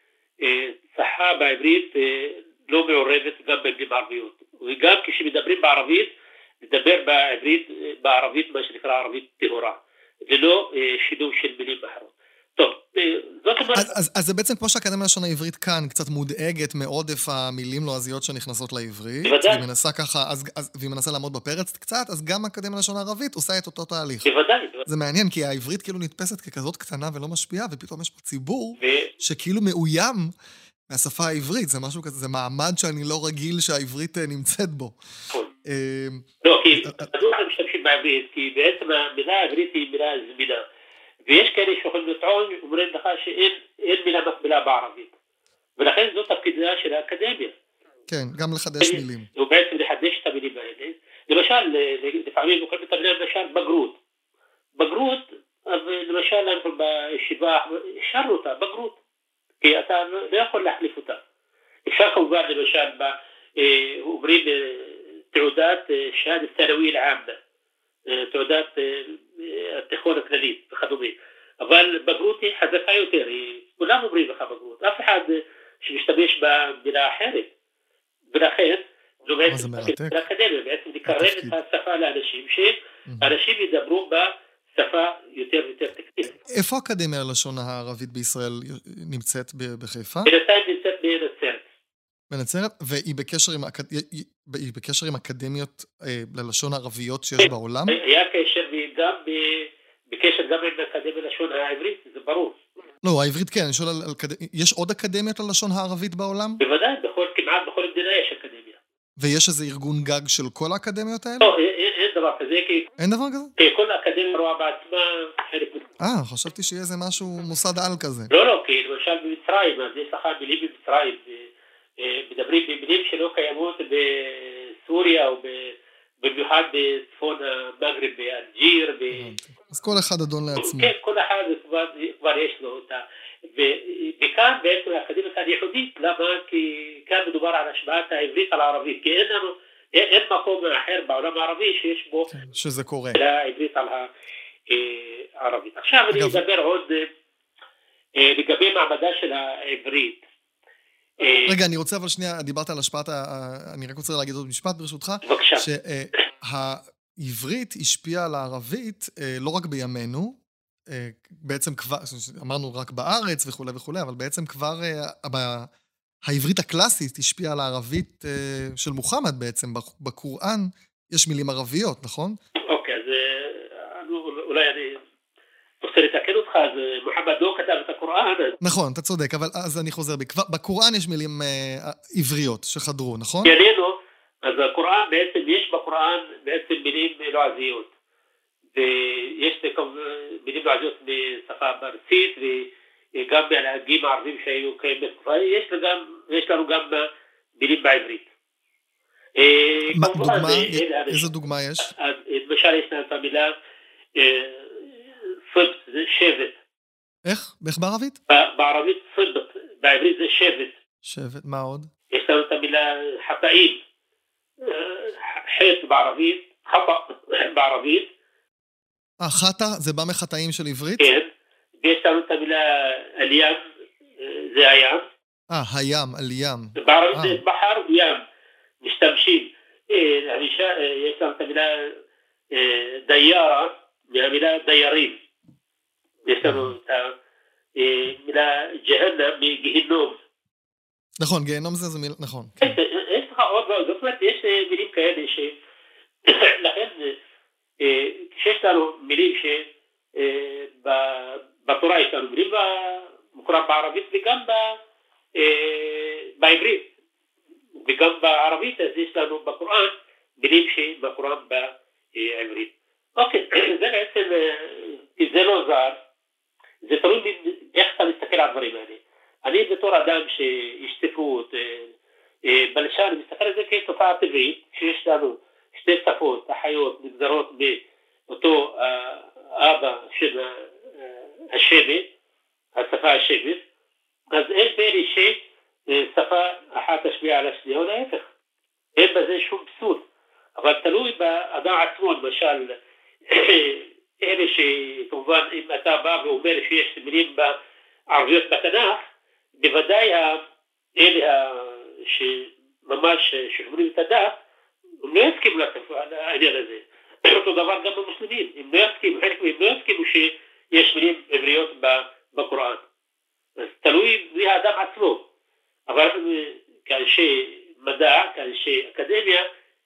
צחה בעברית לא מעורבת גם במילים ערביות. וגם כשמדברים בערבית, לדבר בעברית, בערבית מה שנקרא ערבית טהורה, ללא שילוב של מילים אחרות. טוב, זאת אומרת... אז, אז, אז זה בעצם כמו שהאקדמיה ללשון העברית כאן קצת מודאגת מעודף המילים לועזיות שנכנסות לעברית, בוודאי. והיא מנסה ככה, אז, אז, והיא מנסה לעמוד בפרץ קצת, אז גם האקדמיה ללשון הערבית עושה את אותו תהליך. בוודאי. זה מעניין, כי העברית כאילו נתפסת ככזאת קטנה ולא משפיעה, ופתאום יש פה ציבור ו... שכאילו מאוים מהשפה העברית, זה משהו כזה, זה מעמד שאני לא רגיל שהעברית נמצאת בו. לא, כי אנחנו משתמשים בעברית, כי בעצם המילה העברית היא מילה זמינה. ויש כאלה שיכולים לטעון, אומרים לך שאין מילה מקבילה בערבית. ולכן זאת תפקידה של האקדמיה. כן, גם לחדש מילים. הוא בעצם לחדש את המילים האלה. למשל, לפעמים יכולים לתרגם למשל בגרות. בגרות, למשל, אנחנו בישיבה, השארנו אותה, בגרות. כי אתה לא יכול להחליף אותה. אפשר כמובן, למשל, אומרים תעודת שהד الثانوية العامة, תעודת התיכון הכללית וכדומה. אבל בגרות היא חזקה יותר, כולם אומרים לך בגרות. אף אחד שמשתמש במילה אחרת. ולכן, זו מה זה בעצם מרתק? תפקיד האקדמיה, בעצם לקרב התפקיד. את השפה לאנשים, שאנשים ידברו בשפה יותר ויותר תקנית. איפה האקדמיה ללשון הערבית בישראל נמצאת ב- בחיפה? בינתיים נמצאת בנצרת. בנצרת? והיא בקשר עם, אקד... היא היא בקשר עם אקדמיות אה, ללשון הערביות שיש בעולם? היה קשר וגם ב- בקשר גם עם האקדמיה ללשון העברית, זה ברור. לא, העברית כן, אני שואל על... על אקד- יש עוד אקדמיות ללשון הערבית בעולם? בוודאי, בכל, כמעט בכל מדינה יש אקדמיה. ויש איזה ארגון גג של כל האקדמיות האלה? לא, אין, אין אין דבר כזה, כי, אין דבר כזה? כי כל האקדמיה רואה בעצמה חלק מ... אה, חשבתי שיהיה איזה משהו מוסד על כזה. לא, לא, כי למשל במצרים, אז יש לך מילים במצרים, ו- אה, מדברים במילים שלא קיימות בסוריה, או ב- במיוחד בצפון המגרב, באלג'יר, ב- אז כל אחד אדון לעצמו. כן, כל אחד כבר, כבר יש לו אותה. ו- וכאן בעצם האקדמיה כאן ייחודית, למה? כי כאן מדובר על השפעת העברית על הערבית, כי אין לנו, אין, אין מקום אחר בעולם הערבי שיש בו כן, שזה קורה. העברית על הערבית. עכשיו אני אגב- אדבר עוד אה, לגבי מעמדה של העברית. אה, רגע, אני רוצה אבל שנייה, דיברת על השפעת, ה- ה- אני רק רוצה להגיד עוד משפט ברשותך, בבקשה. שהעברית השפיעה על הערבית אה, לא רק בימינו, אה, בעצם כבר, אמרנו רק בארץ וכולי וכולי, אבל בעצם כבר אה, ב- העברית הקלאסית השפיעה על הערבית אה, של מוחמד בעצם, בק- בקוראן יש מילים ערביות, נכון? אוקיי, אז אה, אני- אולי אני רוצה לתקן אותך, אז אה, מוחמד לא כתב את הקוראן, אז נכון, אתה צודק, אבל אז אני חוזר בי. כבר- בקוראן יש מילים אה, עבריות שחדרו, נכון? יעלינו, אז הקוראן בעצם, יש בקוראן בעצם מילים לועזיות. ויש מילים לועזיות בשפה פרסית, וגם מהנהגים הערבים שהיו קיימים בתקופה, יש גם- יש לנו גם מילים בעברית. אה, מה, כמובן, דוגמה? אה, אלה איזה אנשים. דוגמה יש? אז למשל יש לנו את המילה אה, סבט, זה שבט. איך? איך בערבית? ב- בערבית סבט, בעברית זה שבט. שבט, מה עוד? יש לנו את המילה חטאים, אה, חטא בערבית, חטא בערבית, אה, חטא, זה בא מחטאים של עברית? כן, ויש לנו את המילה אל-ים, אה, זה הים, אה, הים, על ים. בערבית אה. זה בחר וים, משתמשים. אה, המישה- אה, יש לנו את המילה אה, דיירה, מהמילה דיירים. יש לנו את המילה ג'הנם מגיהנום. נכון, גיהנום זה, זה מיל... נכון. יש יש לך עוד, זאת אומרת, יש אה, מילים כאלה ש... לכן, אה, כשיש לנו מילים ש... אה, ב- בתורה יש לנו מילים במקורם בערבית וגם ב- אה, בעברית. וגם בערבית, אז יש לנו בקוראן מילים שבקוראן בעברית. אוקיי, זה בעצם, אה, כי זה לא זר, זה תלוי מ- איך אתה מסתכל על הדברים האלה. אני בתור אדם שיש ספרות, אה, אה, בלשון, אני מסתכל על זה כתופעה טבעית, שיש לנו שתי שפות, אחיות, נגזרות באותו אה, אבא של אה, השבט, השפה השבט, אז אין פלא ששפה אחת תשפיע על השנייה, או להפך. אין בזה שום פסול. אבל תלוי באדם עצמו, למשל, אלה שכמובן אם אתה בא ואומר שיש מילים בערביות בתנ"ך, בוודאי אלה שממש שומרים את הדת, הם לא יסכימו לעניין הזה. אותו דבר גם במוסלמים, הם לא יסכימו, חלק מהם לא יסכימו שיש מילים עבריות בקוראן. אז תלוי מי האדם עצמו. אבל כאנשי מדע, כאנשי אקדמיה,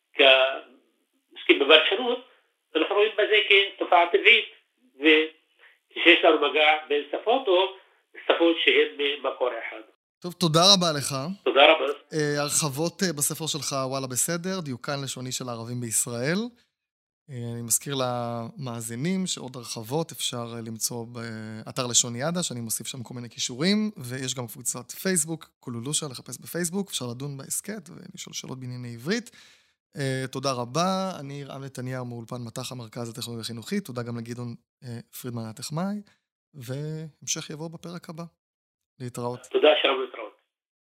כעוסקים בבלשנות, אנחנו רואים בזה כתופעה טבעית, וכשיש לנו מגע בין שפות או שפות שהן ממקור אחד. טוב, תודה רבה לך. תודה רבה. אה, הרחבות אה, בספר שלך, וואלה בסדר, דיוקן לשוני של הערבים בישראל. אה, אני מזכיר למאזינים שעוד הרחבות אפשר אה, למצוא באתר לשון ידע, שאני מוסיף שם כל מיני קישורים, ויש גם קבוצת פייסבוק, קולולושה, לחפש בפייסבוק, אפשר לדון בעסקת ולשאול שאלות בענייני עברית. Uh, תודה רבה, אני רעם נתניהו מאולפן מט"ח המרכז הטכנולוגיה החינוכית, תודה גם לגדעון uh, פרידמן הטכנאי, והמשך יבוא בפרק הבא. להתראות. תודה, שלום להתראות.